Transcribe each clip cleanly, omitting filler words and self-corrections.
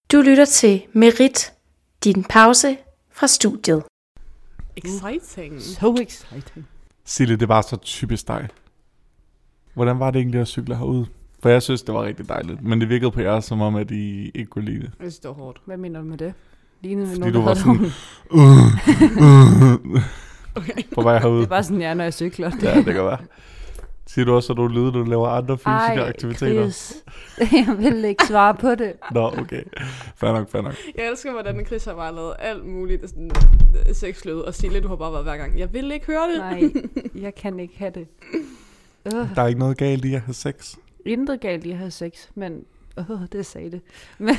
Du lytter til Merit, din pause fra studiet. Exciting. So exciting. Sille, det var så typisk dig. Hvordan var det egentlig at cykle herud? For jeg synes, det var rigtig dejligt. Men det virkede på jer, som om, at I ikke kunne lide det. Jeg synes, det var hårdt. Hvad mener du med det? Lignede med Fordi nogen, du var der sådan... Okay. På vej herud. Det er bare sådan, jeg er, når jeg cykler. Ja, det kan være. Siger du også, at du lyder, når du laver andre fysiske aktiviteter? Chris. Jeg vil ikke svare på det. Nå, okay. Fair nok. Jeg elsker, hvordan Chris har bare lavet alt muligt sådan sexlød, og Sille, du har bare været hver gang. Jeg vil ikke høre det. Nej, jeg kan ikke have det. Der er ikke noget galt i at have sex. Intet galt i at have sex, men... det sagde det. Men...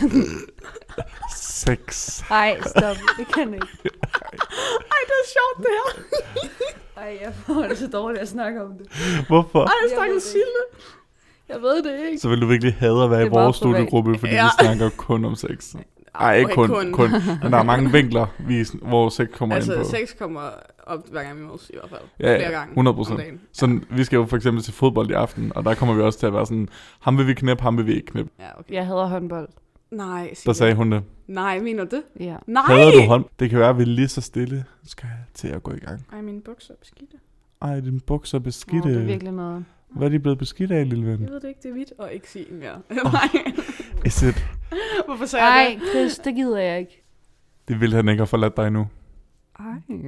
Sex. Ej, stop. Det kan jeg ikke. Ej, det er sjovt, det her. Ej, jeg får det så dårligt at snakke om det. Hvorfor? Ej, jeg snakker Sille. Jeg ved det ikke. Så vil du virkelig hade at være Det i er meget vores privat. studiegruppe, fordi Ja. vi snakker kun om sex. Ej, ikke kun. Men der er mange vinkler, hvor sex kommer ind på. Altså, sex kommer op hver gang vi mødes, i hvert fald. Ja, Flere gange 100%. om dagen. Sådan, vi skal jo for eksempel til fodbold i aften, og der kommer vi også til at være sådan, ham vil vi knæppe, ham vil vi ikke knæppe. Ja, okay. Jeg hader håndbold. Nej, Sille. Der sagde hun det. Nej, mener du det? Ja. Nej! Hader du hånd? Det kan være, at vi lige så stille skal til at gå i gang. Ej, mine bukser er beskidte. Ej, din bukser er beskidte. Det er virkelig noget. Hvad er de blevet beskidt af, lille ven? Jeg ved det ikke, det er hvidt og ikke sige mere. Nej. Is it? Hvorfor sagde jeg Ej, Chris, det gider jeg ikke. Det ville han ikke have forladt dig nu. Ej.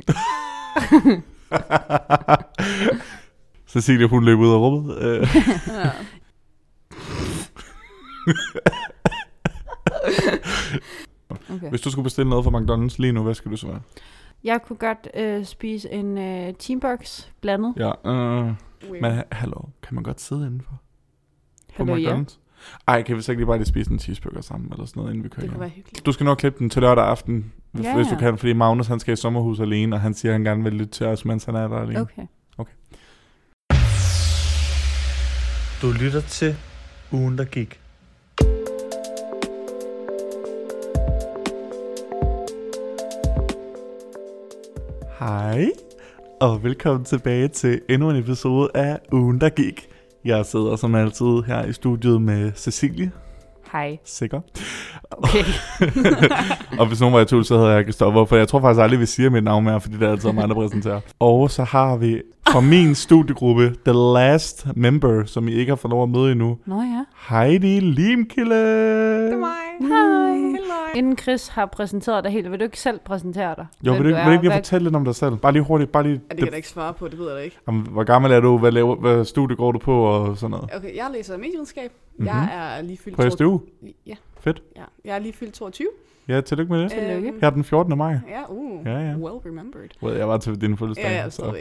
Cecilie, hun løb ud af rummet. det? Ja. Okay. Hvis du skulle bestille noget fra McDonald's lige nu, hvad skal du så være? Jeg kunne godt spise en Teambox blandet. Ja, Weird. men hallo, kan man godt sidde indenfor? På Hallo, ja. McDonald's? Ej, kan vi så ikke lige bare lige spise en cheeseburger sammen, eller sådan noget, inden vi kører Det kunne hjem? være hyggeligt. Du skal nok klippe den til lørdag aften, Ja, hvis du ja. kan, fordi Magnus han skal i sommerhus alene, og han siger, at han gerne vil lytte til os, mens han er der alene. Okay. Du lytter til Ugen, der gik. Hej, og velkommen tilbage til endnu en episode af Ugen, der gik. Jeg sidder som altid her i studiet med Cecilie. Hej. Sikker. Okay. Og hvis nogen var i tvivl, så havde jeg ikke stoppet, for jeg tror faktisk aldrig, vi siger mit navn mere, fordi det er altid mig, der præsenterer. Og så har vi fra min studiegruppe, The Last Member, som I ikke har fået lov at møde endnu, Nå ja. Heidi Limkilde. Det er mig. Hej. Hello. Inden Chris har præsenteret dig helt, vil du ikke selv præsentere dig? Jo, Hvem vil du er, ikke lige hvad- fortælle lidt om dig selv? Bare lige hurtigt, bare lige... Ja, det kan jeg da ikke svare på, det ved jeg da ikke. Jamen, hvor gammel er du? Hvad studie går du på og sådan noget? Okay, jeg læser medievidenskab. Mhm. Jeg er lige fyldt... På SDU? Ja. Fedt. Ja, jeg er lige fyldt 22. Ja, tillykke med det. Tillykke. Her er den 14. maj. Ja, Ja, ja. well remembered. Well, jeg var til din fødselsdag. Ja, ja, så. stadigvæk.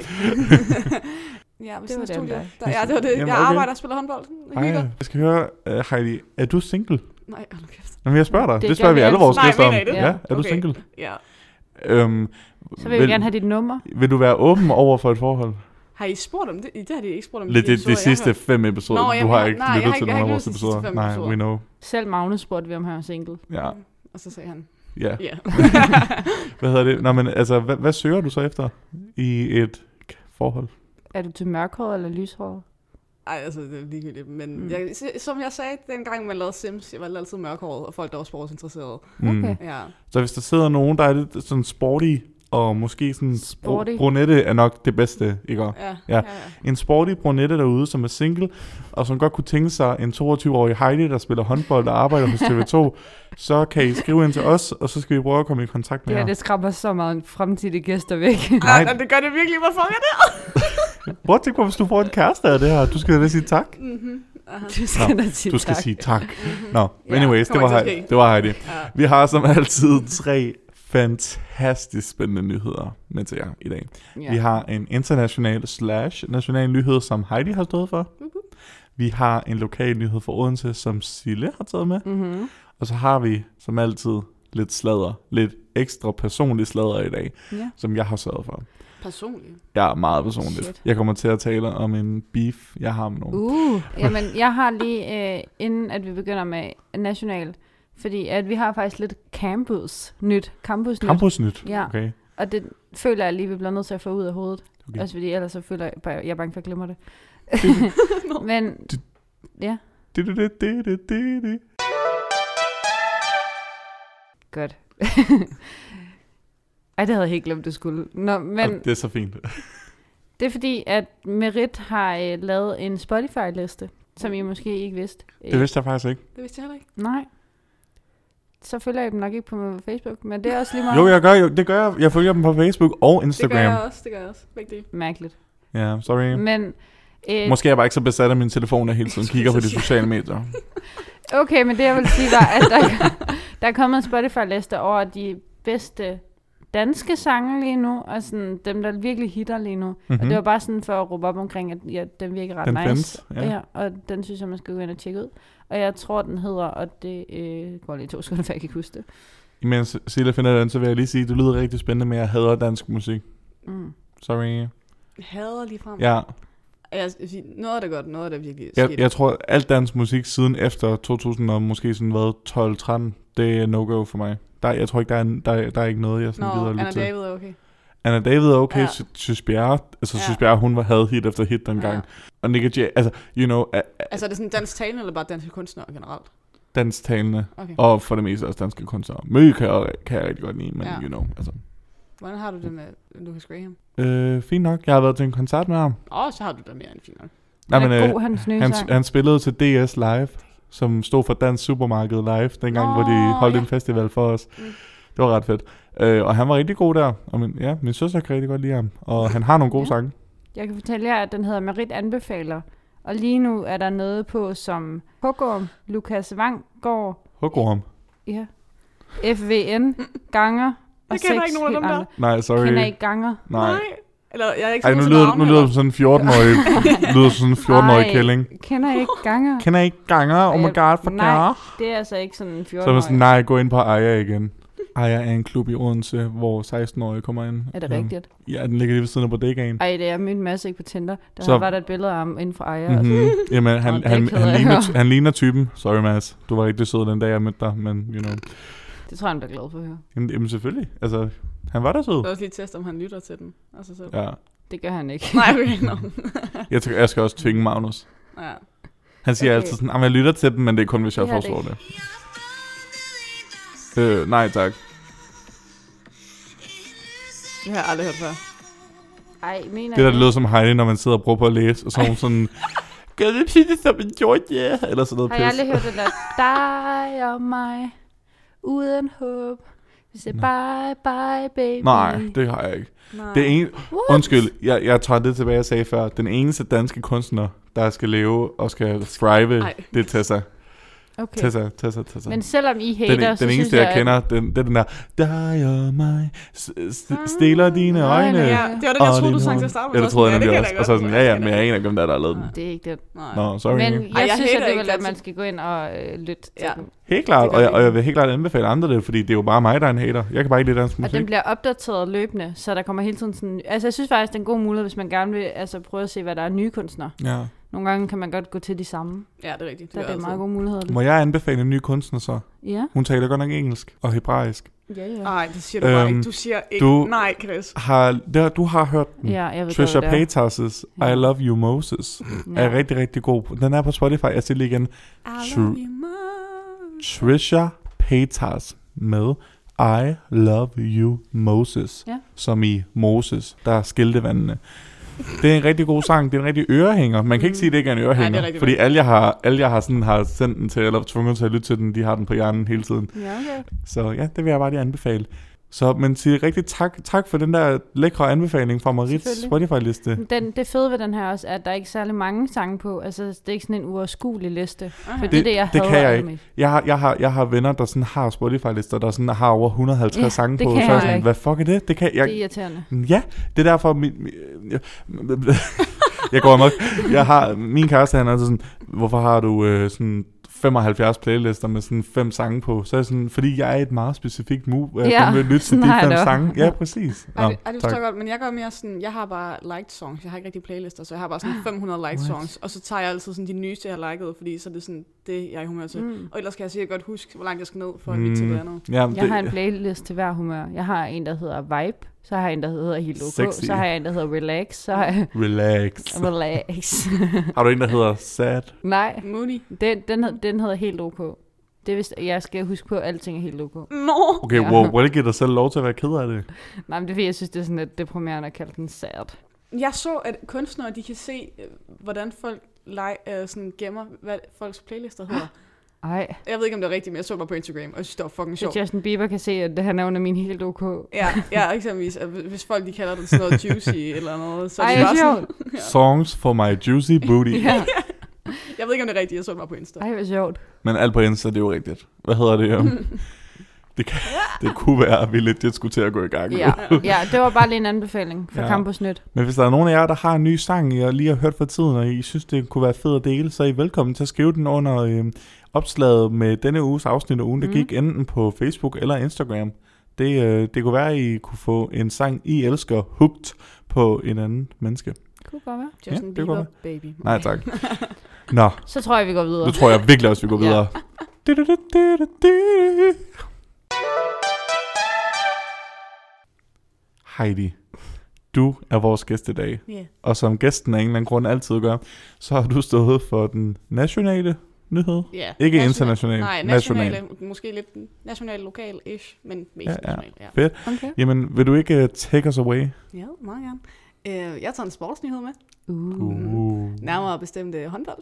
Ja, ved Det var siden af det om studiet. dig. Ja, det var det. Jamen, Jeg okay. arbejder og spiller håndbold. Ej, Hygger. jeg skal høre, Heidi, er du single? Nej, hold nu kæft. Jamen, jeg spørger dig. Det Det spørger gør vi vi alle vores altid. gæster om. Nej, mener I det? Ja, er du Okay. single? Ja. Så vil vi gerne have dit nummer. Vil du være åben over for et forhold? Har I spurgt om det? Det har de ikke spurgt om. Lidt i de episoder, jeg sidste har 5 episoder. Nå, Du jamen, har jeg- ikke nej, jeg lyttet har til ikke- nogle af jeg har vores ikke lyttet til de sidste episoder. 5 Nej, episoder. we know. Selv Magnus spurgte vi, om han var single. Ja, hørt. Og så sagde han, ja. ja. Hvad hedder det? Nå, men altså, hvad søger du så efter i et forhold? Er du til mørkhåret eller lyshåret? Ej, altså, det er ligegyldigt. Men som jeg sagde, dengang man lavede Sims, jeg var altid mørkhåret, og folk der var sportsinteresserede. Okay. Ja. Så hvis der sidder nogen, der er lidt sådan sporty, og måske sådan Sporty. brunette er nok det bedste, ikke? Ja. Ja. En sporty brunette derude, som er single, og som godt kunne tænke sig en 22-årig Heidi, der spiller håndbold og arbejder hos TV2, så kan I skrive ind til os, og så skal vi prøve at komme i kontakt med Ja, jer. det skræmmer så meget fremtidige gæster væk. Nej. Nej, det gør det virkelig. Hvorfor er det? Prøv at tænke på, hvis du får en kæreste af det her. Du skal da sige tak. Mhm. Aha. Du skal da sige Du skal tak. sige tak. Nå, Ja, anyways, det kommer var, til at Heidi. ske. Det var Heidi. Ja. Vi har som altid 3 fantastisk spændende nyheder med til jer i dag. Ja. Vi har en international/national nyhed, som Heidi har stået for. Vi har en lokal nyhed for Odense, som Sille har taget med. Mm-hmm. Og så har vi, som altid, lidt sladder. Lidt ekstra personlig sladder i dag, Ja. som jeg har sørget for. Personligt. Jeg er meget personligt. Shit. Jeg kommer til at tale om en beef, jeg har med nogen. Jamen, jeg har lige, inden at vi begynder med national, fordi at vi har faktisk lidt campusnyt. Campusnyt? Ja. Okay. Og det føler jeg lige, vi bliver nødt til at få ud af hovedet. Okay. Også fordi ellers så føler jeg, bare, jeg er bange for at glemme det. Men, ja. Det. Godt. Ej, det havde jeg helt glemt, det skulle. Nå, men Det er så fint. det er fordi, at Merit har lavet en Spotify-liste, som I måske ikke vidste. Det vidste jeg faktisk ikke. Det vidste jeg heller ikke. Nej. Så følger jeg dem nok ikke på Facebook, men det er også lige meget Jo, det gør jeg. Jeg følger dem på Facebook og Instagram. Det gør jeg også. Begge dele. mærkeligt. Ja, sorry. Men, Måske er jeg bare ikke så besat af min telefon, at jeg hele tiden kigger på de sociale medier. okay, men det jeg vil sige var, at der er kommet en Spotify-liste over de bedste danske sange lige nu, og sådan dem, der virkelig hitter lige nu. Og det var bare sådan for at råbe op omkring, at ja, den virker ret Den nice. findes, ja. Ja, og den synes jeg, man skal gå ind og tjekke ud. Og jeg tror, den hedder, og det går lige 2 sekunder, for jeg kan ikke huske det. Imens Silla finder den, så vil jeg lige sige, at det lyder rigtig spændende, men jeg hader dansk musik. Sorry. Jeg hader lige frem. Ja. Noget af det godt, noget af det virkelig skidt. Jeg tror, alt dansk musik siden efter 2000 og måske sådan været 12-13, det er no-go for mig. Jeg tror ikke, der er ikke noget, jeg sådan gider at lytte til. Anna David er okay. Anna David er okay. Ja. Synes Bjerre, hun havde hit efter hit dengang. Ja. Og Nick J, altså, you know... Altså er det sådan dansk talende, eller bare danske kunstnere generelt? Dansktalende. Okay. Og for det meste også danske kunstnere. Mø kan jeg rigtig godt lide, men you know, altså... Hvordan har du det med Lucas Graham? Fint nok. Jeg har været til en koncert med ham. Så har du det mere end fint nok. Nej, men, god, hans nye sang. han spillede til DS Live, som stod for Dansk Supermarked Live, dengang, hvor de holdt en festival for os. Det var ret fedt. Og han var rigtig god der. Og min søster kan rigtig godt lide ham. Og han har nogle gode sange. Jeg kan fortælle jer, at den hedder Merit Anbefaler. Og lige nu er der noget på som Hugorm, Lukas Vanggaard. Hugorm? Ja. FVN, Ganger og Jeg kender 6 ikke nogen af dem der. Nej, sorry. Kender ikke Ganger? Nej. Eller jeg er ikke Ej, nu lyder det som sådan en 14-årig, lyder som sådan en 14-årig kælling. Kender ikke Ganger? Kender ikke Ganger? Oh my god, for nej, det er altså ikke sådan en 14-årig. Så er man sådan, nej, gå ind på Aya igen. Aya er en klub i Odense, hvor 16-årige kommer ind. Er det rigtigt? Ja, den ligger lige ved siden af bodegaen. Ej, det er mødt en masse ikke på Tinder. Så var der et billede af ham inden for Aya. Mm-hmm. Jamen, han ligner typen. Sorry, Mads. Du var rigtig sød den dag, jeg mødte dig, men you know. Det tror jeg, han bliver glad for at høre. Jamen selvfølgelig. Altså, han var der sød. Det er også lige test, om han lytter til den. Altså selv. Ja. Det gør han ikke. Nej, okay, no. Jeg skal også tvinge Magnus. Ja. Han siger altid sådan, at jeg lytter til den, men det er kun, hvis jeg foreslår det. Nej, tak. Det har jeg aldrig hørt før. Ej, mener det der lyder som Heidi, når man sidder og prøver på at læse, og så er hun sådan, kan du sige det som en Georgia? Eller sådan noget pis. Har jeg aldrig hørt den der, dig og mig, uden håb. Vi siger bye, bye, baby. Nej, det har jeg ikke. Det undskyld, jeg tager det tilbage, jeg sagde før. Den eneste danske kunstner, der skal leve og skal thrive, det er Tessa. Okay. Tessa. Men selvom I hater, den eneste, jeg kender, det er den der, dig og mig, stiller dine øjne. Ja, det var det, jeg troede, du sang til at starte med. Ja, det troede jeg nemlig også. Og så sådan, ja, men jeg er en af dem, der har lavet den. Det er ikke det. Nå, sorry. Men jeg synes, at det at man skal gå ind og lytte til den. Helt klart, og jeg vil helt klart anbefale andre det, fordi det er jo bare mig, der er en hater. Jeg kan bare ikke lide dansk musik. Og den bliver opdateret løbende, så der kommer hele tiden sådan... Altså, jeg synes faktisk, det er en god mulighed, hvis man gerne vil prøve at se, hvad der er nye kunstnere. Ja. Nogle gange kan man godt gå til de samme. Ja, det er rigtigt. Det er en meget god mulighed. Må jeg anbefale en ny kunstner så? Ja. Hun taler godt nok engelsk og hebraisk. Ja. Nej, det siger du bare ikke. Du siger ikke nej, Chris. Du har hørt den. Ja, jeg ved Trisha Paytas' I Love You Moses er rigtig, rigtig god. Den er på Spotify. Jeg siger lige igen. Trisha Paytas med I Love You Moses. Som i Moses, der skilte vandene. Det er en rigtig god sang. Det er en rigtig ørehænger. Man kan ikke sige, at det ikke er en ørehænger. Nej, fordi alle jeg har sendt den til, eller tvunget til at lytte til den, de har den på hjernen hele tiden. Ja, okay. Så ja, det vil jeg bare lige anbefale. Så, men sige rigtig tak for den der lækre anbefaling fra Marits Spotify-liste. Det fede ved den her også, at der ikke er særlig mange sange på. Altså, det er ikke sådan en uoverskuelig liste. For det jeg kan jeg ikke. Jeg har venner, der sådan har Spotify-lister, der sådan har over 150 sange på. Så jeg sådan, hvad fuck er det? Det er irriterende. Ja, det er derfor... jeg går amok. Min kæreste, han er sådan, hvorfor har du sådan 75 playlister med sådan 5 sange på? Så er det sådan, fordi jeg er et meget specifikt move, og jeg vil lytte til de 5 sange. Ja, præcis. Det forstår godt, men jeg gør mere sådan, jeg har bare liked songs, jeg har ikke rigtig playlister, så jeg har bare sådan 500 liked songs, og så tager jeg altid sådan de nyeste, jeg har liket, fordi så er det sådan det, jeg er i humør til. Og ellers kan jeg sikkert godt huske, hvor langt jeg skal ned for at lytte til det andet. Jeg har en playlist til hver humør. Jeg har en, der hedder Vibe, så har jeg en, der hedder Helt OK, så har jeg en, der hedder Relax, så har jeg... Relax. Har du en, der hedder Sad? Nej. Moody. Den hedder Helt OK. Det er vist, jeg skal huske på, at alting er helt ok. Nå! Okay, wow, hvor det giver dig selv lov til at være ked af det? Nej, men det er fordi, jeg synes, det er sådan lidt deprimerende at kalde den sad. Jeg så, at kunstnere, de kan se, hvordan folk sådan gemmer, hvad folks playlister hedder. Ej. Jeg ved ikke, om det er rigtigt, men jeg så bare på Instagram, og jeg synes, det var fucking sjovt. Så Justin Bieber kan se, at det her navn er min helt ok. Ja, eksempelvis. Hvis folk de kalder det sådan noget juicy eller noget, så er Ej, det bare sjovt. sådan... Ja. Songs for my juicy booty. Ja. Jeg ved ikke, om det er rigtigt, jeg så det bare på Insta. Ej, hvor sjovt. Men alt på Insta, det er jo rigtigt. Hvad hedder det? Det kunne være, at vi lidt skulle til at gå i gang. Ja, det var bare lige en anbefaling for Campus Nyt. Men hvis der er nogen af jer, der har en ny sang, I lige har hørt for tiden, og I synes, det kunne være fedt at dele, så er I velkommen til at skrive den under opslaget med denne uges afsnit af ugen, der gik enten på Facebook eller Instagram. Det kunne være, at I kunne få en sang, I elsker, hooked på en anden menneske. Kunne godt være. Justin Bieber, baby. Nej, tak. Nå. Så tror jeg, vi går videre. Nu tror jeg virkelig også, vi går videre. Heidi, du er vores gæst i dag. Yeah. Og som gæsten af en eller anden grund altid gør, så har du stået for den nationale nyhed. Yeah. Ikke international. Nej, nationale. Måske lidt national, lokal-ish, men mest national. Ja. Fedt. Okay. Jamen, vil du ikke take us away? Ja, meget gerne. Jeg har taget en sportsnyhed med. Nærmere bestemt håndbold.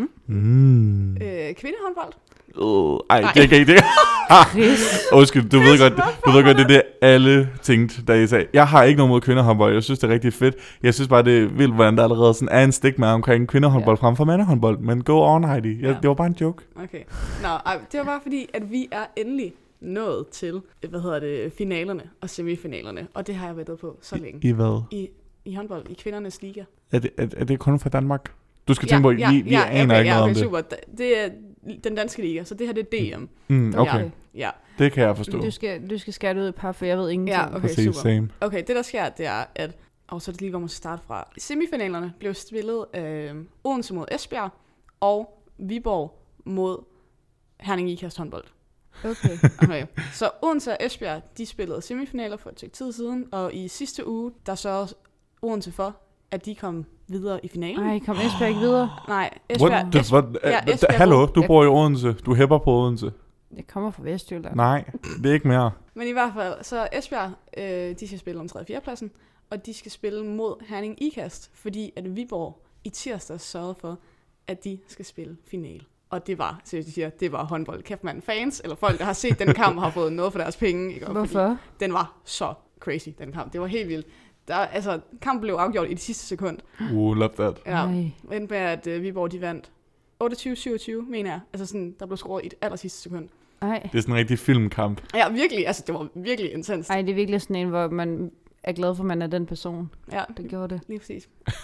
Kvindehåndbold. Ej, det er ikke det. Undskyld, du ved godt, det er det, alle tænkte, da I sagde, jeg har ikke noget mod kvinderhåndbold, jeg synes, det er rigtig fedt. Jeg synes bare, det er vildt, hvordan der allerede sådan er en stigma omkring kvinderhåndbold frem for mandehåndbold. Men go on, Heidi. Det var bare en joke. Okay. Det var bare fordi, at vi er endelig nået til, finalerne og semifinalerne. Og det har jeg ventet på så længe. I hvad? I håndbold, i kvindernes liga. Er det kun fra Danmark? Du skal tænke på, vi aner ikke noget om det. Super. Det er den danske liga, så det her det er DM. Okay. Ja. Det kan jeg forstå. Du skal skære det ud et par, for jeg ved ingenting. Ja, okay, præcis, super. Same. Okay, det der sker, det er, at... Og så er det lige, hvor man skal starte fra. Semifinalerne blev spillet Odense mod Esbjerg, og Viborg mod Herning Ikast håndbold. Okay. Så Odense og Esbjerg, de spillede semifinaler for et stykke tid siden, og i sidste uge, der sørgede Odense for, at de kom videre i finalen. Nej, kom Esbjerg ikke videre? Nej, Esbjerg... Esbjerg hallo, du bor i Odense. Du hæpper på Odense. Jeg kommer fra Vestjylland. Nej, det er ikke mere. Men i hvert fald, så Esbjerg, de skal spille om 3. og 4. pladsen, og de skal spille mod Herning Ikast, fordi at Viborg i tirsdag sørgede for, at de skal spille final. Og det var, så jeg siger, det var håndbold. Kæft mand, fans, eller folk, der har set den kamp, har fået noget for deres penge. Ikke? Hvorfor? Den var så crazy, den kamp. Det var helt vildt. Kampen blev afgjort i det sidste sekund. Love that. Ja, endte med, at Viborg, de vandt 28-27, mener jeg. Altså sådan, der blev scoret i det aller sidste sekund. Ej. Det er sådan en rigtig filmkamp. Ja, virkelig. Altså, det var virkelig intenst. Ej, det er virkelig sådan en, hvor man er glad for, at man er den person. Ja, det gjorde det. Lige præcis.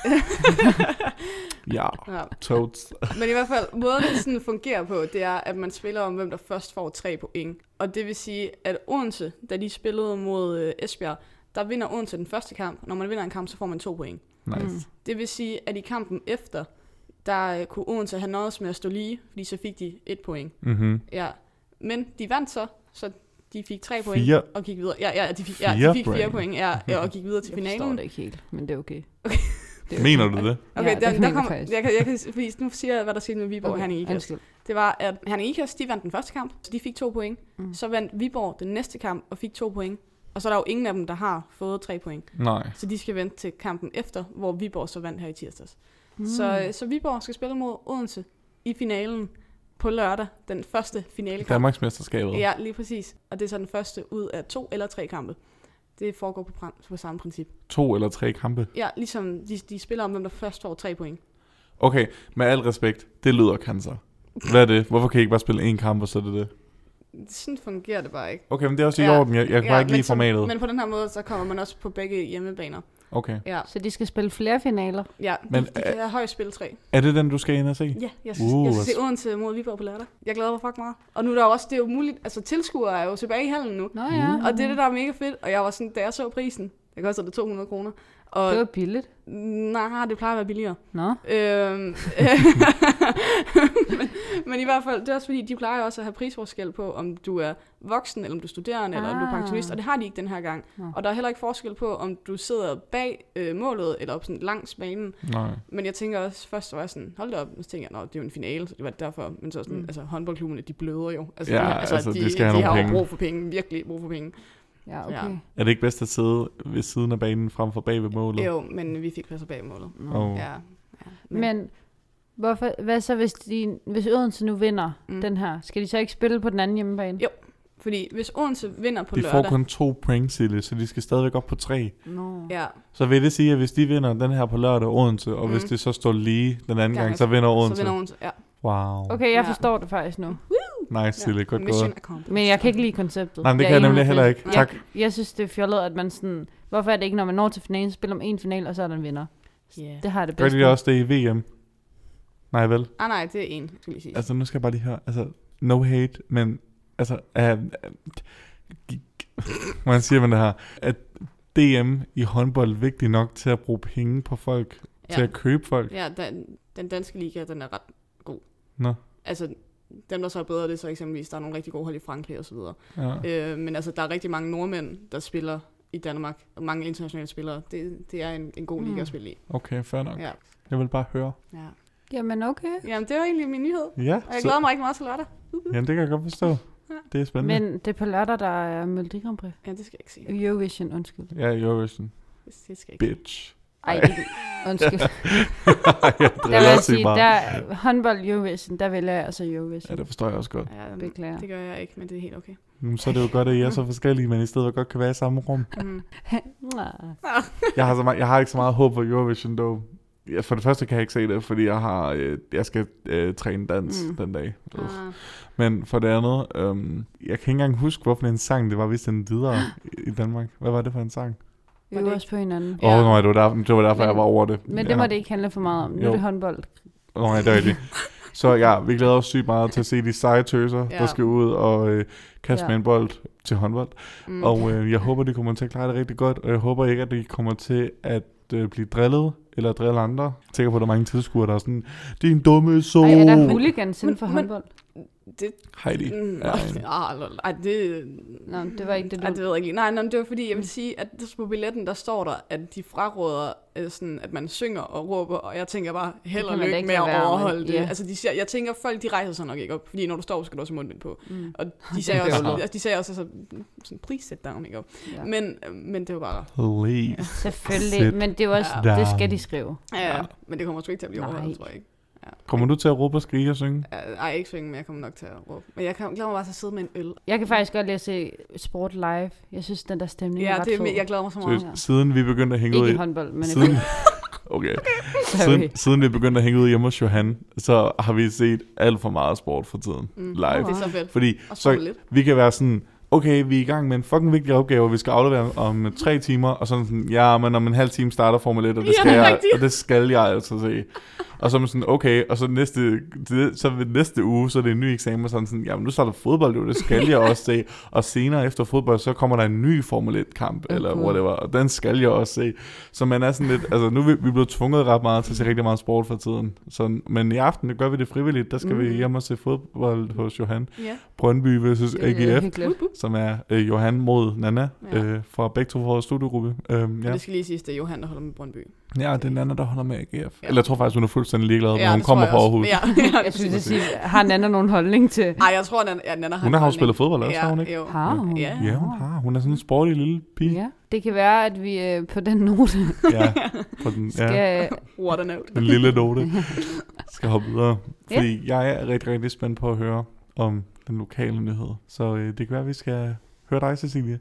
Ja, totes. Men i hvert fald, måden det sådan fungerer på, det er, at man spiller om, hvem der først får 3 point. Og det vil sige, at Odense, da de spillede mod Esbjerg, der vinder Odense den første kamp. Når man vinder en kamp, så får man 2 point. Nice. Det vil sige, at i kampen efter, der kunne Odense have noget med at stå lige, fordi så fik de 1 point. Mm-hmm. Ja, men de vandt så de fik 3 point 4. og gik videre. Ja, de fik 4 point og gik videre til finalen. Jeg forstår det ikke helt, men det er okay. Mener du det? Okay, ja, der kommer, jeg kan fordi nu siger jeg, hvad der skete med Viborg og Herning Ikast. Det var, at Herning Ikast, de vandt den første kamp, så de fik 2 point. Så vandt Viborg den næste kamp og fik 2 point. Og så er der jo ingen af dem, der har fået 3 point. Nej. Så de skal vente til kampen efter, hvor Viborg så vandt her i tirsdags. Så Viborg skal spille mod Odense i finalen på lørdag, den første finalekamp. Danmarksmesterskabet. Ja, lige præcis. Og det er så den første ud af 2 eller 3 kampe. Det foregår på samme princip. 2 eller 3 kampe? Ja, ligesom de spiller om, hvem der først får 3 point. Okay, med al respekt, det lyder cancer. Hvad er det? Hvorfor kan I ikke bare spille 1 kamp, og så er det det? Sådan fungerer det bare ikke. Okay, men det er også i orden. Jeg kan bare ikke lide formatet. Men på den her måde, så kommer man også på begge hjemmebaner. Okay. Ja. Så de skal spille flere finaler? Ja, de kan have højst spil 3. Er det den, du skal ind og se? Ja, jeg skal se Odense mod Viborg på lørdag. Jeg glæder mig fucking meget. Og nu er der også, det er jo muligt, altså tilskuere er jo tilbage i hallen nu. Nå ja. Og det er det, der er mega fedt. Og jeg var sådan, da jeg så prisen, det kostede det 200 kroner. Og Det var billigt. nej, det plejer at være billigere. Nå. men i hvert fald, det er også fordi, de plejer også at have prisforskel på, om du er voksen, eller om du er studerende, eller om du er pensionist, og det har de ikke den her gang. Og der er heller ikke forskel på, om du sidder bag målet, eller op sådan langs banen. Nej. Men jeg tænker også, først så var jeg sådan, hold da op, og så tænker jeg, det er jo en finale, så det var derfor. Men så sådan, altså håndboldklubberne, de bløder jo. Altså, de skal have nogle penge. Brug for penge, virkelig brug for penge. Ja, okay. Ja. Er det ikke bedst at sidde ved siden af banen frem for bag ved målet? Jo, men vi fik pladser bag målet. Ja. Men hvad så, hvis Odense nu vinder den her? Skal de så ikke spille på den anden hjemmebane? Jo, fordi hvis Odense vinder på lørdag... De får kun 2 point, Sille, så de skal stadigvæk op på 3. Ja. Så vil det sige, at hvis de vinder den her på lørdag Odense, og hvis det så står lige den anden gang, så vinder Odense. Så vinder Odense, ja. Wow. Okay, jeg forstår det faktisk nu. Nice, Sille. Godt gået. Men jeg kan ikke lide konceptet. Nej, men det kan jeg nemlig heller ikke. Tak. Jeg synes, det er fjollet, at man sådan... Hvorfor er det ikke, når man når til finalen, spiller om en final, og så er der en vinder? Yeah. Det har jeg det Gør bedst. de også det i VM? Nej, vel? Nej, det er en, skal lige sige. Altså, nu skal jeg bare lige høre. Altså, no hate, men... Altså, hvordan siger man det her? At DM i håndbold er vigtig nok til at bruge penge på folk, til at købe folk? Ja, den danske liga, den er ret god. Nå. Altså, dem, der så er bedre, det er så eksempelvis, der er nogle rigtig gode hold i Frankrig og så videre. Ja. Men altså, der er rigtig mange nordmænd, der spiller i Danmark, og mange internationale spillere. Det er en god liga at spille i. Okay, fair nok. Ja. Jeg vil bare høre. Ja. Jamen okay. Jamen, det var egentlig min nyhed. Ja, og jeg glæder mig rigtig meget til lørdag. Jamen, det kan jeg godt forstå. Det er spændende. Men det er på lørdag, der er Melodi Grand Prix. Ja, det skal jeg ikke sige. Eurovision, undskyld. Ja, Eurovision. Det skal jeg ikke. Bitch. Ej, undskyld. Der vil jeg sige, der håndbold Eurovision, der vælger jeg altså Eurovision. Ja, det forstår jeg også godt. Ja, beklager. Det gør jeg ikke, men det er helt okay. Så er det jo godt, at I er så forskellige, men i stedet for godt kan være i samme rum. Jeg har ikke så meget håb for Eurovision, dog. Ja, for det første kan jeg ikke se det, fordi jeg skal træne dans den dag. Men for det andet, jeg kan ikke engang huske, hvorfor en sang det var, hvis den videre i Danmark. Hvad var det for en sang? Vi var også på hinanden. Det var derfor, jeg var over det. Men det må det ikke handle for meget om. Nu er det håndbold. Nej, det er rigtigt. Så ja, vi glæder os sygt meget til at se de seje tøser, der skal ud og kaste med en bold til håndbold. Og jeg håber, de kommer til at klare det rigtig godt, og jeg håber ikke, at de kommer til at blive drillet, eller drille andre. Jeg tænker på, at der er mange tilskuere, der er sådan, det er en dumme så. Ej, er der hooligans inden for håndbold? Det... Heidi. Ej, det... Nå, det var ikke det, du... Ej, det ved jeg ikke. Nej, det var fordi, jeg vil sige, at på billetten, der står der, at de fraråder, sådan, at man synger og råber, og jeg tænker bare, held og lykke med at overholde det. Yeah. Altså, jeg tænker, folk de rejser sig nok ikke op, fordi når du står, skal du også have mundbind på. Og de sagde også, sådan, please sit down, ikke op. Yeah. Men det var bare... Please. Selvfølgelig, men det var også, det skal de skrive. Ja, men det kommer sgu ikke til at blive overholdt, tror jeg ikke. Ja. Kommer du til at råbe og skrige og synge? Ej, ikke synge, men jeg kommer nok til at råbe. Men jeg glæder mig bare til at sidde med en øl. Jeg kan faktisk godt lide at se sport live. Jeg synes, den der stemning er ret fed. Jeg glæder mig så meget. Siden vi begyndte at hænge ud i... Ikke i håndbold, men siden vi begyndte at hænge ud hjemme hos Johan, så har vi set alt for meget sport for tiden live. Det er så fedt. Fordi så vi kan være sådan... Okay, vi er i gang med en fucking vigtig opgave, vi skal aflevere om 3 timer, og sådan, ja, men om en halv time starter Formel 1, og det skal jeg altså se. Og så er man sådan, okay, og så næste uge, så er det en ny eksamen, og sådan, jamen nu starter fodbold jo, det skal jeg også se. Og senere efter fodbold, så kommer der en ny Formel 1-kamp, eller whatever, og den skal jeg også se. Så man er sådan lidt, altså nu er vi blevet tvunget ret meget til at se rigtig meget sport for tiden. Så, men i aften, gør vi det frivilligt, der skal vi hjem og se fodbold hos Johan. Brøndby versus AGF, som er Johan mod Nana, fra begge to fra studiegruppe. Det skal lige siges, det er Johan, der holder med Brøndby. Ja, det er Nana, der holder med AGF. Ja. Eller jeg tror faktisk, hun er fuldstændig ligeglad, når hun kommer fra Aarhus. Ja. Jeg synes, at sige, har Nana nogen holdning til? Nej, jeg tror, at Nana har hun har jo spillet fodbold også, har hun ikke? Har hun? Ja, hun har. Hun er sådan en sporty lille pige. Ja, det kan være, at vi på den note skal... What a note. Den lille note skal hoppe videre. Fordi jeg er rigtig, rigtig spændt på at høre om den lokale nyhed. Så det kan være, at vi skal høre dig, Cecilie.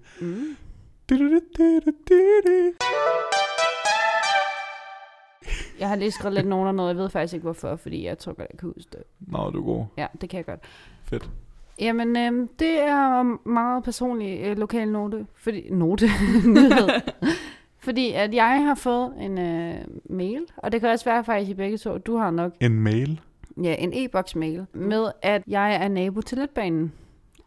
Jeg har lige skrevet lidt nogen og noget. Jeg ved faktisk ikke hvorfor, fordi jeg tror godt, jeg kan huske det. Nå, du er god. Ja, det kan jeg godt. Fedt. Jamen, det er meget personlig lokal note. Nyhed. Fordi at jeg har fået en mail, og det kan også være faktisk i begge to. Du har nok... En mail? Ja, en e-boks mail med, at jeg er nabo til letbanen.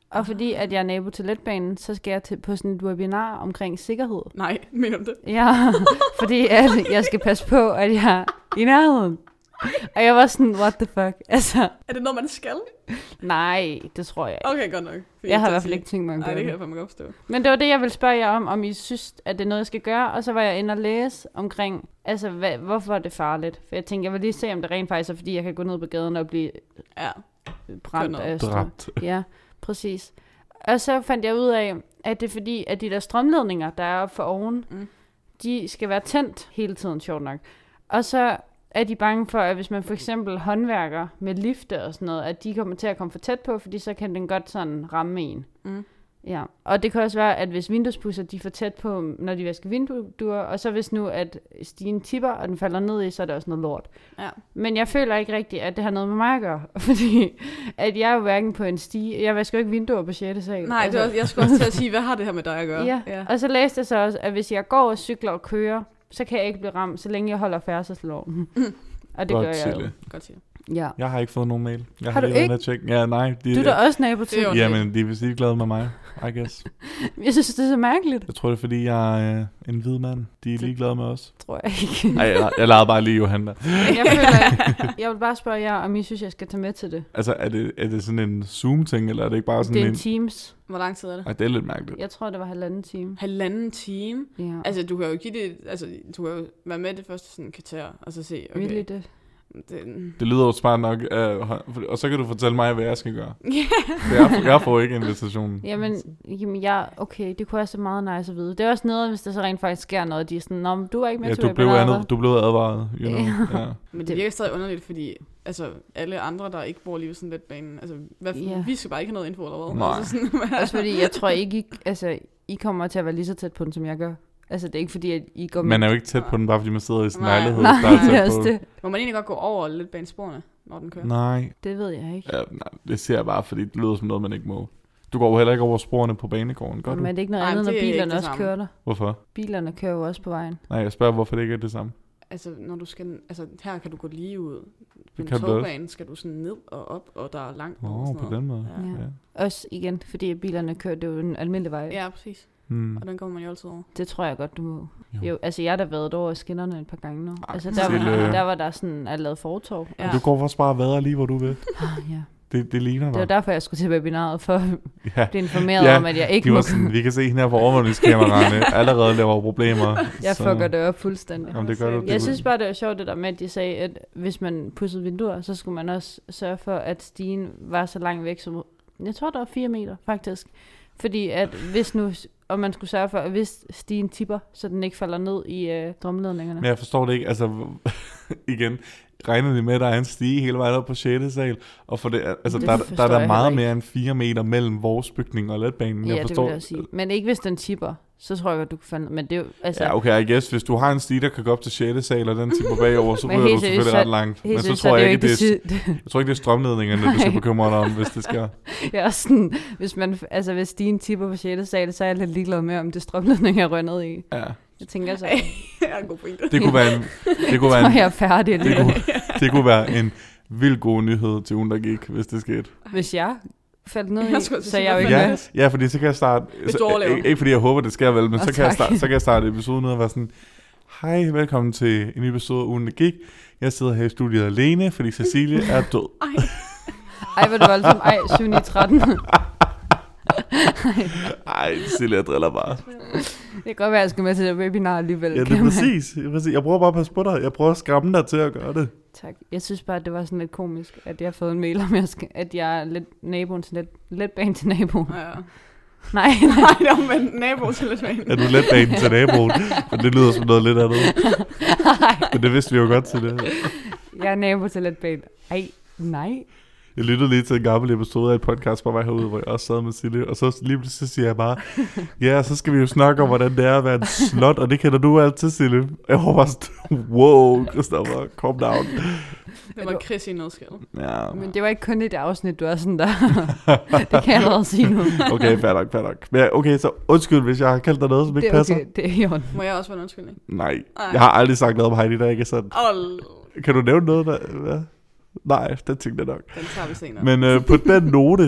Og fordi at jeg er nabo til letbanen, så skal jeg på sådan et webinar omkring sikkerhed. Nej, mener du det? Ja, fordi at jeg skal passe på, at jeg er i nærheden. Og jeg var sådan, what the fuck? Altså, Er det noget, man skal? nej, det tror jeg ikke. Okay, godt nok. Jeg har i hvert fald ikke tænkt mig at Nej, gøre det kan det. jeg fandme godt forstå. Men det var det, jeg ville spørge jer om I synes, at det er noget, jeg skal gøre. Og så var jeg inde og læse omkring, altså, hvorfor er det farligt? For jeg tænkte, jeg vil lige se, om det rent faktisk er, fordi jeg kan gå ned på gaden og blive Ja. brændt af strøm. Dræbt. Ja, præcis. Og så fandt jeg ud af, at det er fordi, at de der strømledninger, der er oppe for oven, de skal være tændt hele tiden, sjovt nok. Og så er de bange for, at hvis man for eksempel håndværker med lifte og sådan noget, at de kommer til at komme for tæt på, fordi så kan den godt sådan ramme en. Ja, og det kan også være, at hvis vinduespudser, de er for tæt på, når de vasker vinduer, og så hvis nu, at stigen tipper, og den falder ned i, så er det også noget lort. Ja. Men jeg føler ikke rigtigt, at det har noget med mig at gøre, fordi at jeg er jo hverken på en stige, jeg vasker jo ikke vinduer på 6. sal. Nej, det var, jeg skulle også til at sige, hvad har det her med dig at gøre? Ja, og så læste jeg så også, at hvis jeg går og cykler og kører, så kan jeg ikke blive ramt, så længe jeg holder færdselsloven. Og det Godt, gør jeg jo. Silje. Godt sige. Ja. Jeg har ikke fået nogen mail. Jeg Har du lige været ikke? inde at tjekke. Ja, nej. Du er da også nabo til. Det er jo- Jamen, de er vist ikke glade med mig, I guess. Jeg synes, det er så mærkeligt. Jeg tror, det er, fordi jeg er en hvid mand. De er ligeglade med os. Tror jeg ikke. Nej, jeg lavede bare lige Johanna. Jeg føler ikke. Jeg vil bare spørge jer, om I synes, jeg skal tage med til det. Altså, er det sådan en Zoom-ting, eller er det ikke bare sådan Det er en en... Teams. Hvor lang tid er det? Ej, det er lidt mærkeligt. Jeg tror, det var 1,5 time. 1,5 time? Ja. Altså, du kan jo give det, altså, du kan jo være med det første sådan kvarter, og så se, okay. Really det. Det lyder jo smart nok, og så kan du fortælle mig, hvad jeg skal gøre. For jeg får ikke invitationen. Jamen okay, det kunne også være meget nice at vide. Det er også noget, hvis der så rent faktisk sker noget, de er sådan, nå, men du er ikke med Ja, til du webinaret, blev advaret, you know. Ja. Men det virker stadig underligt, fordi altså, alle andre, der ikke bor lige ved sådan lidt banen, altså, vi skal bare ikke have noget info eller hvad? Nej. Altså, sådan, også fordi, jeg tror ikke, I kommer til at være lige så tæt på den, som jeg gør. Altså, det er ikke fordi, at I går med. Man er jo ikke tæt på den, bare fordi man sidder i sin Nej. lejlighed. Nej, der er tæt det er også på. det. Må man egentlig godt gå over lidt banesporene, når den kører? Nej. Det ved jeg ikke. Ja, nej, det ser jeg bare, fordi det lyder som noget, man ikke må. Du går jo heller ikke over sporene på banegården, gør du? Men er det ikke noget Nej, andet, når det er ikke bilerne det også samme. kører der? Hvorfor? Bilerne kører jo også på vejen. Nej, jeg spørger, hvorfor det ikke er det samme. Altså, når du skal, altså, her kan du gå lige ud. På en kan du togbane skal du sådan ned og op, og der er langt over sådan På noget. den måde. Ja. Ja. Også igen, fordi bilerne kører, det er jo en almindelig vej. Ja, præcis. Hmm. Og den kommer man jo altid over. Det tror jeg godt, du må. Jo. Jo, altså jeg har da været over skinnerne et par gange nu. Ej, Altså Silje. der var der sådan, at lavet fortov. Ja. Du går faktisk bare og vader lige, hvor du vil. Ja. Det ligner Det dig. var derfor, jeg skulle til webinaret, for at Ja. blive informeret Ja, om, at jeg ikke De må. var sådan, vi kan se hende her på overvågningskameraerne allerede laver problemer. Jeg så- fucker det op fuldstændig. Jamen, det gør du. Jeg synes bare, det var sjovt det der med, at de sagde, at hvis man pudsede vinduer, så skulle man også sørge for, at stigen var så langt væk som... Jeg tror, der var 4 meter, faktisk. Fordi at hvis nu... Og man skulle sørge for, at hvis stigen tipper, så den ikke falder ned i strømledningerne. Men jeg forstår det ikke. Altså, igen, regner de med, at der er en stige hele vejen op på 6. sal? Og for det, altså, Det der forstår er der jeg meget heller mere end 4 meter mellem vores bygning og letbanen. Ja, Jeg det forstår, vil jeg sige. Men ikke hvis den tipper, så tror jeg godt, du kan falde. Men det er jo... Altså, Ja, okay, I guess, hvis du har en stige, der kan gå op til 6. sal, og den tipper bagover, så Men ryger du helt seriøst, selvfølgelig ret så- langt. Men helt så seriøst, tror er jeg det ikke, jo det er, jeg tror ikke, det er strømledningerne, du skal bekymre dig om, hvis det sker. Jeg er også sådan, hvis stigen tipper på 6. sal, så er jeg lidt ligeglad med, om det strømledning er rønnet i. Ja. Jeg tænker så, Jeg er en god pointe. Det kunne være en, det kunne så være er en, jeg er færdig det alligevel. det kunne være en vildt god nyhed til ugen, der gik, hvis det skete. Hvis jeg faldt ned Jeg i, skulle til så at er jeg jo sige, ikke hvad med. Ja, fordi så kan jeg starte... Hvis du overlever. Ikke fordi jeg håber, det sker vel, men Åh, så kan, tak. så kan jeg starte episoden ud og være sådan... Hej, velkommen til en ny episode af Ugen, der gik. Jeg sidder her i studiet alene, fordi Cecilie er død. Ej, hvor er det voldsomt. Ej, 7-9-13. Ej, Cecilie, jeg driller bare. Det kan godt være, at jeg skal med til det webinar alligevel. Ja, det kan er man- præcis. Jeg prøver bare at passe på dig. Jeg prøver at skræmme dig til at gøre det. Tak. Jeg synes bare, at det var sådan lidt komisk, at jeg har fået en mail om, at jeg er lidt naboen til letbanen til naboen. Ja. Nej, Nej, det var med nabo til lidt Er du letbanen til naboen? Men det lyder som noget lidt andet. nej. Men det vidste vi jo godt til det. Jeg er nabo til letbanen. Ej, nej. Jeg lyttede lige til en gammel episode af et podcast på vej herude, hvor jeg også sad med Silje, og så lige pludselig siger jeg bare, ja, så skal vi jo snakke om, hvordan det er at være en slot, og det kender du altid, Silje. Jeg var bare sådan, wow, Christoffer, calm down. Det var Chris i nødskal. Ja, Men det var ikke kun i det afsnit, du er sådan der. Det kan jeg allerede sige nu. okay, fair nok. Men okay, så undskyld, hvis jeg har kaldt dig noget, som ikke Det er passer. okay, det er i orden. Må jeg også være en undskyldning? Nej, jeg har aldrig sagt noget om Heidi, der ikke er sådan. Kan du nævne noget, der... Hvad? Nej, den tænkte jeg nok. Den tager vi senere. Men på den note,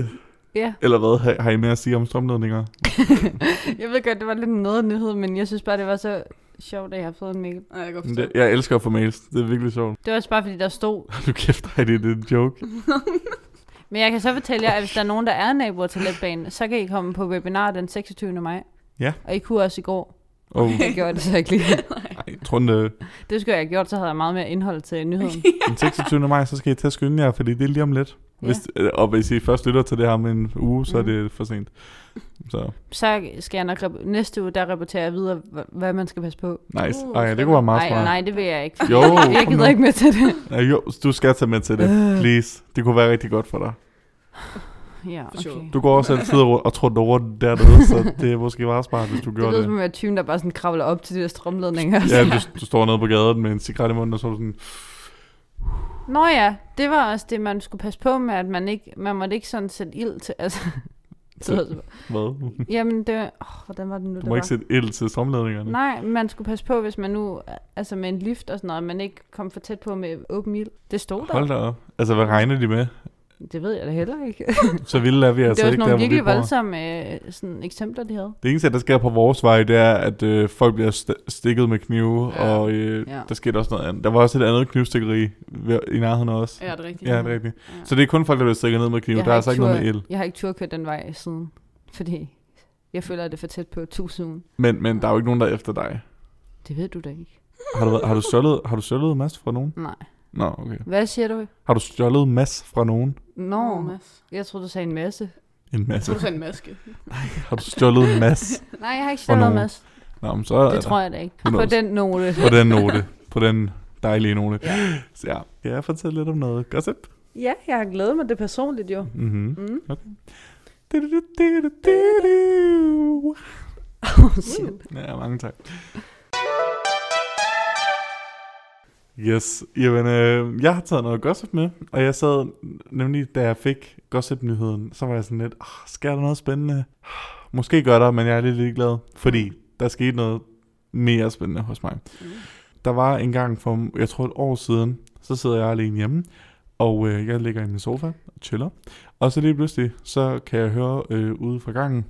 Ja. Eller hvad? Har I mere at sige om strømledninger? Jeg ved godt, det var lidt noget nyhed, men jeg synes bare, det var så sjovt, at jeg har fået en mail. Nej, jeg kan godt forstå. Jeg elsker at få mails. Det er virkelig sjovt. Det var også bare, fordi der stod. Du kæft, det er en joke. Men jeg kan så fortælle jer, at hvis der er nogen, der er naboer til letbanen, så kan I komme på webinar den 26. maj. Ja. Og I kunne også i går. Oh. Jeg gjorde det så ikke lige. Nej, jeg tror, det skulle jeg have gjort, så havde jeg meget mere indhold til nyheden. den 26. maj, så skal I til at skynde jer, fordi det er lige om lidt. Og hvis I først lytter til det her om en uge, så er det for sent. Så skal jeg nok næste uge, der rapporterer jeg videre, hvad man skal passe på. Nice. Ej, det kunne være meget smart. Nej, det vil jeg ikke. Jo, jeg gider ikke med til det. Ja, jo, du skal tage med til det. Please. Det kunne være rigtig godt for dig. Ja, okay. Du går også altid og tror du rundt dernede, så det er måske meget smart, hvis du gjorde det. Det lyder som en typen, der bare sådan kravler op til de der strømledninger. Ja, du står nede på gaden med en cigaret i munden, og så er du sådan... Nå ja, det var også det, man skulle passe på med, at man måtte ikke sådan sætte ild til, altså... Hvad? Jamen, det hvordan var det nu, du må ikke sætte ild til strømledningerne. Nej, man skulle passe på, hvis man nu, altså med en lift og sådan noget, man ikke kom for tæt på med åben ild. Det stod der. Hold da op. Altså, hvad regner de med? Det ved jeg da heller ikke. Så vilde er vi altså ikke der, der, hvor vi bor. Det var sådan nogle virkelig voldsomme sådan, eksempler, de havde. Det eneste, der sker på vores vej, det er, at folk bliver stikket med knive, og der sker også noget andet. Der var også et andet knivstikkeri i nærheden også. Ja, det er rigtigt. Ja, det er rigtigt. Ja. Så det er kun folk, der bliver stikket ned med knive. Der er altså ikke noget med ild. Jeg har ikke tur kørt den vej siden, fordi jeg føler, at det er for tæt på 1000. Men der er jo ikke nogen, der er efter dig. Det ved du da ikke. Har du stjålet Mads fra nogen? Nej. Nå, okay. Hvad siger du? Har du stjålet Mads fra nogen? Nå, jeg troede, du sagde en masse. En masse? Jeg troede, du sagde en maske. Nej, har du stjålet Mads? Nej, jeg har ikke stjålet Mads. Nå, men så det tror jeg da ikke. På den note. På den dejlige note. Ja. Så ja, kan jeg fortælle lidt om noget gossip? Ja, jeg har glædet mig det personligt jo. Okay. Ja, mange tak. Yes, jamen, jeg har taget noget gossip med, og jeg sad nemlig, da jeg fik gossip-nyheden, så var jeg sådan lidt, sker der noget spændende? Måske gør der, men jeg er lidt ligeglad, fordi der skete noget mere spændende hos mig. Der var en gang for, jeg tror et år siden, så sidder jeg alene hjemme, og jeg ligger i min sofa og chiller, og så lige pludselig, så kan jeg høre ude fra gangen.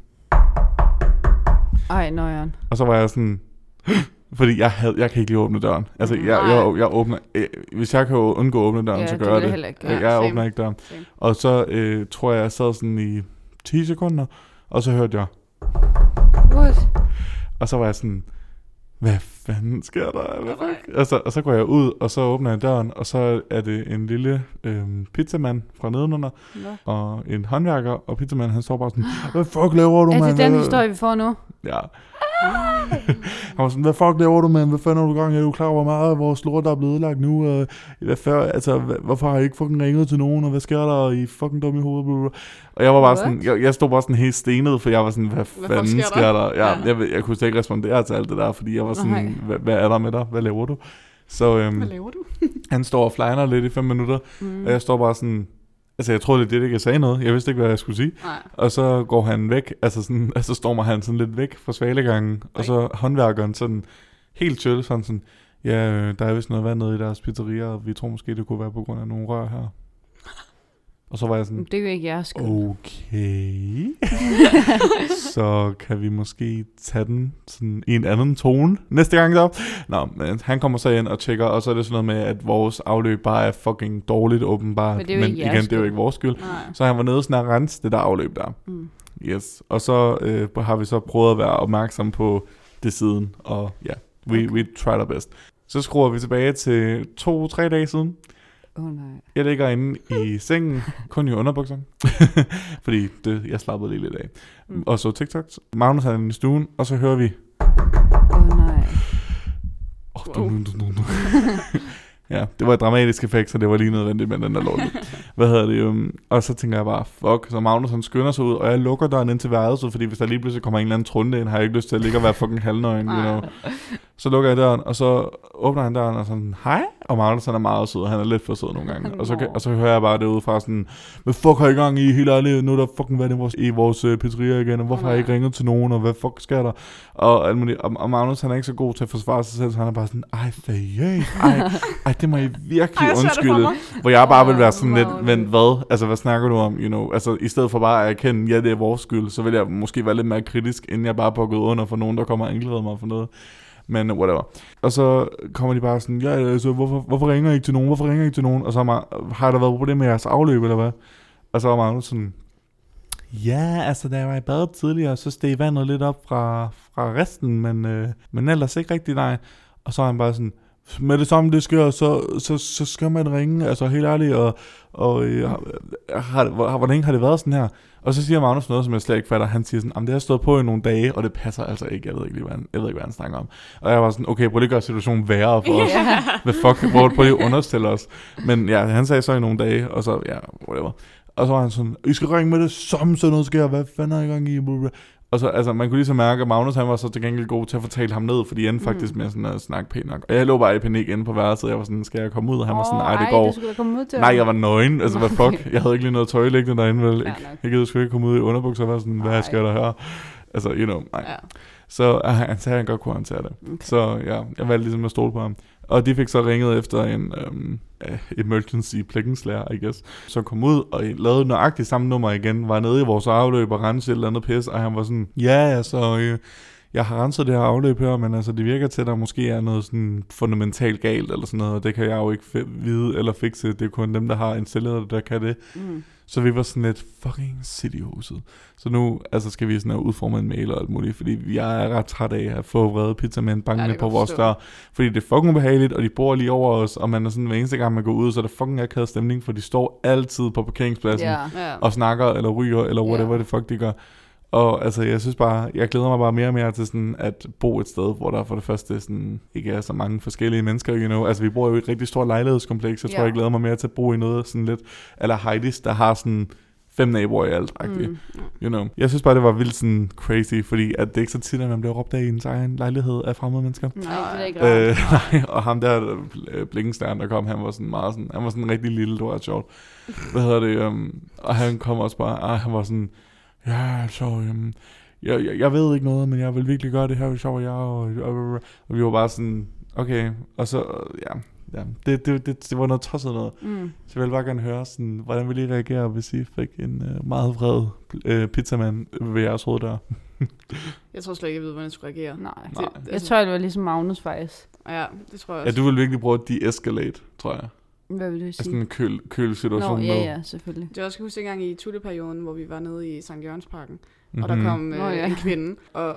Ej, nøjeren. Og så var jeg sådan... Fordi jeg kan ikke lige åbne døren. Altså, jeg åbner... hvis jeg kan undgå at åbne døren, så gør jeg det. Jeg åbner ikke døren. Same. Og så tror jeg sad sådan i 10 sekunder, og så hørte jeg... What? Og så var jeg sådan... Hvad fanden sker der? Og så går jeg ud, og så åbner jeg døren, og så er det en lille pizzamand fra nedenunder, og en håndværker, og pizzamanden, han står bare sådan, hvad fuck laver du, mand? Er det den historie, vi får nu? Ja. Han var sådan, hvad fuck laver du, mand? Hvad fanden er du gang? Er du klar over meget af vores lort, der er blevet ødelagt nu? Hvorfor har I ikke fucking ringet til nogen? Og hvad sker der? I fucking dumme i hovedet? Og jeg var bare sådan, jeg stod bare sådan helt stenet, for jeg var sådan, hvad fanden sker der? Ja. Jeg kunne ikke respondere til alt det der, fordi jeg var sådan, hvad er der med dig? Hvad laver du? Så hvad laver du? Han står og flyner lidt i 5 minutter, og jeg står bare sådan... Altså, jeg troede lidt, jeg sagde noget. Jeg vidste ikke, hvad jeg skulle sige. Nej. Og så går han væk. Altså stormer han sådan lidt væk fra svalegangen. Og så håndværkeren sådan helt chill. Sådan, ja, der er vist noget vand nede i deres pizzeria, og vi tror måske, det kunne være på grund af nogle rør her. Og så var jeg sådan... Det er jo ikke jeres skyld. Okay. Så kan vi måske tage den sådan i en anden tone næste gang så. Nå, men han kommer så ind og tjekker, og så er det sådan noget med, at vores afløb bare er fucking dårligt åbenbart. Men igen, det er jo ikke vores skyld. Nej. Så han var nede sådan at rense det der afløb der. Yes. Og så har vi så prøvet at være opmærksom på det siden, og ja, we try our best. Så skruer vi tilbage til 2-3 dage siden. Nej. Jeg ligger inde i sengen, kun i underbukserne, fordi jeg slappede lige lidt af. Og så TikTok. Magnus er inde i stuen, og så hører vi... nej. Ja, det var et dramatisk effekt, så det var lige nødvendigt med den der lort. Og så tænker jeg bare, fuck. Så Magnus han skynder sig ud, og jeg lukker døren ind til værelset, fordi hvis der lige pludselig kommer en eller anden trunde ind, har jeg ikke lyst til at ligge og være fucking halvnøgen, you know. Så lukker jeg døren, og så åbner han døren og sådan, hej. Og Magnus, han er meget sød, han er lidt for sød nogle gange. Og så hører jeg bare derude fra sådan, hvad fuck har I gang i helt ærligt? Nu er der fucking været i vores pizzeria igen, og hvorfor har I ikke ringet til nogen, og hvad fuck sker der? Og Magnus, han er ikke så god til at forsvare sig selv, så han er bare sådan, ej, det må I virkelig undskylde. Hvor jeg bare vil være sådan lidt, men hvad? Altså, hvad snakker du om, you know? Altså, i stedet for bare at erkende, ja, det er vores skyld, så vil jeg måske være lidt mere kritisk, inden jeg bare går under for nogen, der kommer og anklager mig for noget. Men whatever. Og så kommer de bare sådan, ja, altså, hvorfor ringer I ikke til nogen? Hvorfor ringer I ikke til nogen? Og så har der været problem med jeres afløb, eller hvad? Og så var Magnus sådan, ja, altså, da jeg var i badet tidligere, så steg vandet lidt op fra resten, men ellers ikke rigtig, nej. Og så er han bare sådan, med det samme det sker, så skal man ringe, altså helt ærligt, hvor længe har det været sådan her? Og så siger Magnus noget, som jeg slet ikke fatter. Han siger sådan, det har stået på i nogle dage, og det passer altså ikke. Jeg ved ikke, hvad han snakker om. Og jeg var sådan, okay, prøv lige at gøre situationen værre for os. Hvad fuck, prøv lige at understille os. Men ja, han sagde så i nogle dage, og så, ja, whatever. Og så var han sådan, I skal ringe med det samme, så noget sker. Hvad fanden er I gang i? Og så, altså, man kunne lige så mærke, at Magnus, han var så til gengæld god til at fortælle ham ned, fordi han faktisk med sådan at snakke pænt nok. Og jeg lå bare i panik inde på værelset, jeg var sådan, skal jeg komme ud? Og han var sådan, det går. Du skulle komme ud til nej, jeg var nøgen, altså hvad fuck? Jeg havde ikke lige noget tøj liggende derinde, vel? Jeg gider sgu ikke komme ud i underbukser og være sådan, hvad sker der her? Altså, you know, nej. Ja. Så han sagde, at han godt kunne håndtere det. Okay. Så ja, jeg valgte ligesom at stole på ham. Og de fik så ringet efter en emergency plekkenslager, I guess. Så kom ud og lavede nøjagtigt samme nummer igen, var nede i vores afløb og rense et eller andet pis, og han var sådan, jeg har renset det her afløb her, men altså det virker til, at der måske er noget sådan fundamentalt galt eller sådan noget, og det kan jeg jo ikke vide eller fikse. Det er kun dem, der har installeret det, der kan det. Så vi var sådan lidt fucking cityhuset. Så nu altså skal vi sådan have udformet en mail og alt muligt, fordi jeg er ret træt af at få vrede pizzamænd bankende på vores dør. Fordi det er fucking ubehageligt, og de bor lige over os, og man er sådan hver eneste gang, man går ud, så er der fucking akavet stemning, for de står altid på parkeringspladsen og snakker eller ryger, eller whatever det fuck de gør. Og altså, jeg synes bare, jeg glæder mig bare mere og mere til sådan at bo et sted, hvor der for det første sådan ikke er så mange forskellige mennesker, you know. Altså, vi bor jo i et rigtig stort lejlighedskompleks. Jeg tror, jeg glæder mig mere til at bo i noget sådan lidt, eller Heidi's, der har sådan 5 naboer i alt, you know. Jeg synes bare, det var vildt sådan crazy, fordi at det er ikke så tit, at man bliver råbt af i ens egen lejlighed af fremmede mennesker. Nej, det er ikke rart. Nej, og ham der blikkenstjerne, der kom, han var sådan meget sådan, han var sådan en rigtig lille, det var sjovt. Hvad hedder det? Og han kom også bare, han var sådan, ja, så jeg ved ikke noget, men jeg vil virkelig gøre det her, sjovt, og vi var bare sådan, okay, og så, ja, det var noget tosset noget. Så jeg ville bare gerne høre, sådan, hvordan ville I reagere, hvis I fik en meget vred pizzamand ved jeres hoved der? Jeg tror slet ikke, jeg ved, hvordan jeg skulle reagere. Nej. Jeg tror, det var ligesom Magnus faktisk. Ja, det tror jeg også. Ja, du ville virkelig bruge de-escalate, tror jeg. Hvad vil du sige? Sådan en køl situation. Ja, selvfølgelig. Det var også huske en gang i Tutte-perioden, hvor vi var nede i Sankt Jørgensparken, og der kom en kvinde,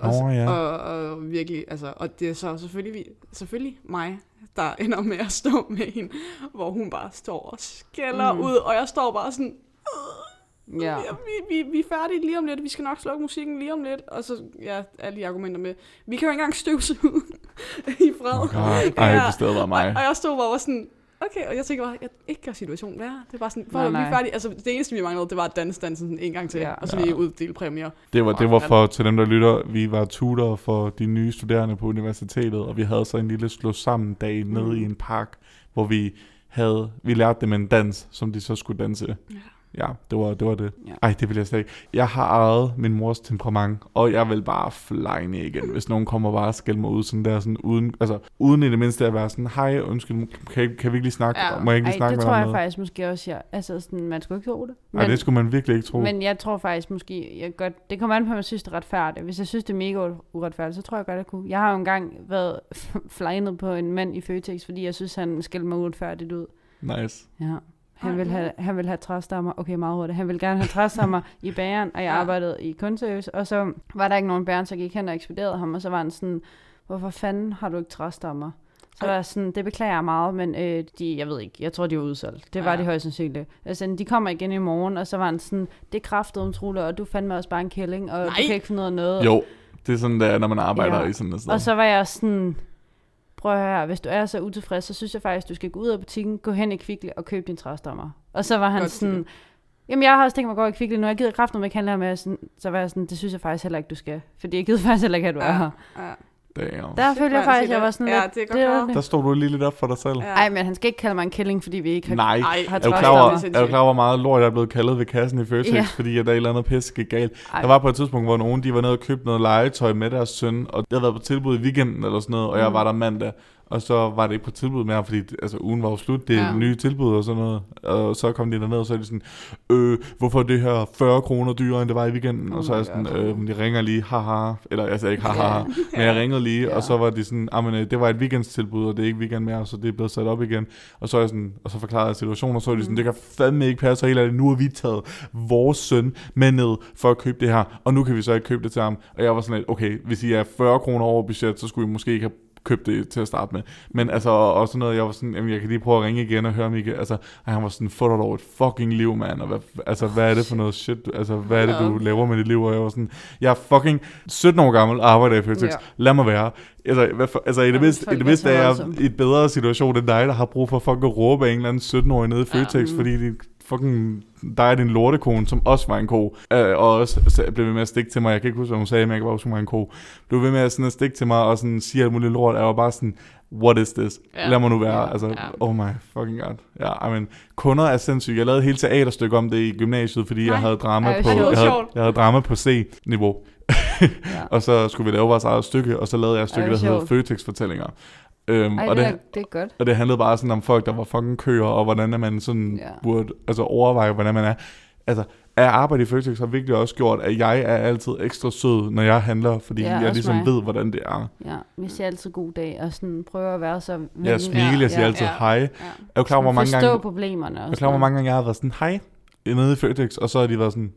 og virkelig, altså, og det er så selvfølgelig mig, der ender med at stå med hende, hvor hun bare står og skælder ud, og jeg står bare sådan, vi er færdige lige om lidt, vi skal nok slukke musikken lige om lidt, og så, alle de argumenter med, vi kan jo ikke engang støvse ud i fred. Det stedet var mig. Og jeg stod bare sådan, okay, og jeg tænker bare, at ikke gør situationen værre. Det er bare sådan, for at vi er færdige. Altså, det eneste, vi manglede, det var at dansen sådan en gang til, og så vi uddele præmier. Det var for, til dem, der lytter, vi var tutor for de nye studerende på universitetet, og vi havde så en lille slå sammen dag nede i en park, hvor vi lærte dem en dans, som de så skulle danse. Ja, det var det. Ja. Ej, det vil jeg slet ikke. Jeg har ejet min mors temperament, og jeg vil bare flyne igen, hvis nogen kommer bare og skælder mig ud sådan der, sådan uden i det mindste at være sådan, hej, undskyld, kan vi ikke lige snakke? Må jeg ikke lige snakke med dig? Det tror jeg faktisk måske også, altså sådan, man skulle ikke tro det. Nej, det skulle man virkelig ikke tro. Men jeg tror faktisk måske, det kommer an på, at man synes, det er retfærdigt. Hvis jeg synes, det er mega uretfærdigt, så tror jeg godt, jeg kunne. Jeg har jo engang været flynet på en mand i Føtex, fordi jeg synes, han skældte mig uretfærdigt ud. Nice. Ja. Han vil have træstammer. Okay, meget hurtigt. Han vil gerne have træstammer i bageren, og jeg arbejdede i kundeservice, og så var der ikke nogen bæren, så gik hen og ekspederede ham, og så var han sådan, hvorfor fanden har du ikke træstammer? Så var jeg sådan, det beklager jeg meget, men jeg ved ikke, jeg tror, de var udsolgt. Det var de højst sandsynligt. Altså, de kommer igen i morgen, og så var han sådan, det er kraftigt utroligt, og du fandme også bare en kælling, og du kan ikke finde ud af noget. Jo, det er sådan, der, når man arbejder i sådan et sted. Og så var jeg sådan, prøv at høre, hvis du er så utilfreds, så synes jeg faktisk, du skal gå ud af butikken, gå hen i Kvickly og købe din træstammer. Og så var han sådan, jamen jeg har også tænkt mig at gå i Kvickly nu, jeg gider kraftigt med, ikke handle med, så var jeg sådan, det synes jeg faktisk heller ikke, du skal. Fordi jeg gider faktisk heller ikke, at du er her. Damn. Der følte jeg faktisk, at jeg var sådan ja, lidt... det er godt klart. Der stod du lige lidt op for dig selv. Ja. Ej, men han skal ikke kalde mig en kælling, fordi vi ikke har... Nej, har er du klar over, hvor meget lort jeg er blevet kaldet ved kassen i Føtex, Ja. fordi at der er et eller andet pisse gik galt. Ej. Der var på et tidspunkt, hvor nogen de var nede og købte noget legetøj med deres søn, og det havde været på tilbud i weekenden eller sådan noget, og jeg var der mandag. Og så var det ikke på tilbud mere, fordi altså, ugen var jo slut, det er nye tilbud og sådan noget. Og så kom de derned, og så er de sådan, hvorfor er det her 40 kroner dyrere, end det var i weekenden? Og så er jeg sådan, de ringer lige, haha, eller altså ikke haha, men jeg ringede lige, og så var de sådan, det var et weekendstilbud, og det er ikke weekend mere, så det er blevet sat op igen. Og så er jeg sådan, og så forklarede jeg situationen, og så er de sådan, det kan fandme ikke passe helt af det, nu har vi taget vores søn med ned for at købe det her, og nu kan vi så ikke købe det til ham. Og jeg var sådan lidt, okay, hvis I er 40 kroner over budget, så skulle I måske ikke have købte det til at starte med. Men altså, og sådan noget, jeg var sådan, jamen, jeg kan lige prøve at ringe igen og høre mig igen. Altså, han var sådan, få dig over et fucking liv, mand. Og hvad er det for noget shit? Altså, hvad er det, du laver med dit liv? Og jeg var sådan, jeg er fucking 17 år gammel og arbejder i Føtex. Lad mig være. Altså, i det mindste er jeg i et bedre situation end dig, der har brug for fucking at råbe af en eller anden 17-årig nede i Føtex, fordi de fucking dig er din lortekone, som også var en ko, og også blev ved med at stikke til mig. Jeg kan ikke huske, hvad hun sagde, men jeg kan bare huske, hun var en ko. Blev ved med at, sådan at stikke til mig og sådan sige alt muligt lort. Jeg var bare sådan, what is this? Lad mig nu være. Altså, oh my fucking god. Ja, I mean, kunder er sindssygt. Jeg lavede et helt teaterstykke om det i gymnasiet, fordi jeg havde drama på jeg havde drama på C-niveau. Og så skulle vi lave vores eget stykke, og så lavede jeg et stykke, der hedder Føtex-fortællinger. Og det er godt. Og det handlede bare sådan om folk, der var fucking køer, og hvordan man sådan burde overveje, hvordan man er. Altså, at arbejde i Føtex har virkelig også gjort, at jeg er altid ekstra sød, når jeg handler, fordi jeg ligesom ved, hvordan det er. Ja, vi siger altid god dag, og sådan prøver at være så venlig. Jeg smiler, jeg siger altid hej. Er du klar, hvor mange gange... Forstå problemerne. Er du klar, hvor mange gange jeg har været sådan, hej, nede i Føtex, og så har de været sådan...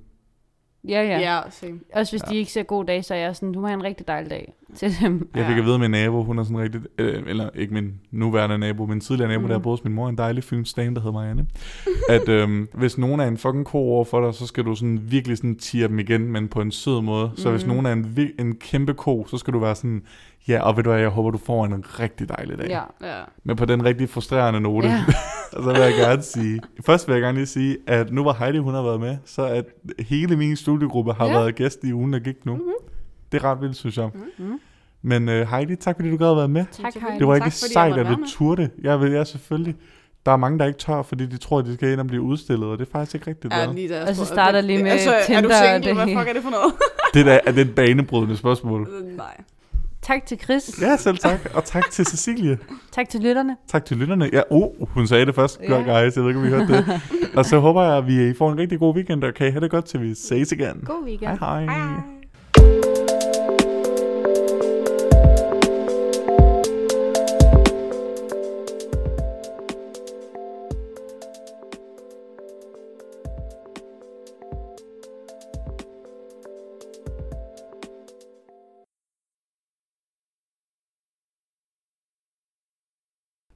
Ja, same. Også hvis de ikke siger god dag, så er jeg sådan, du må have en rigtig dejlig dag til dem. Jeg fik at vide, at min nabo, hun er sådan rigtig, eller ikke min nuværende nabo, men tidligere nabo, der boede hos min mor, en dejlig filmsdame, der hed Marianne, at hvis nogen er en fucking ko over for dig, så skal du sådan virkelig sådan tier dem igen, men på en sød måde. Så hvis nogen er en kæmpe ko, så skal du være sådan, ja, og ved du hvad, jeg håber, du får en rigtig dejlig dag. Ja. Men på den rigtig frustrerende note, så vil jeg gerne sige, først vil jeg gerne lige sige, at nu hvor Heidi, hun har været med, så at hele min studiegruppe har været gæst i ugen, der gik nu. Det er ret vildt, synes jeg. Men Heidi, tak fordi du gad at være med. Tak, Heidi. Det var ikke sejt, at du turde. Jeg selvfølgelig. Der er der ikke tør, fordi de tror, at de skal ind og blive udstillet, og det er faktisk ikke rigtigt. Og så starter lige med Tinder. Er du single? Hvad fuck er det for noget? Er det et banebrydende spørgsmål? Nej. Tak til Chris. Ja, selv tak. Og tak til Cecilie. Tak til lytterne. Tak til lytterne. Ja, hun sagde det først. Godt, guys. Jeg ved ikke, om I hørte det. Og så håber jeg, at vi får en rigtig god weekend, og kan I have det godt, til vi ses igen. God weekend. Hej.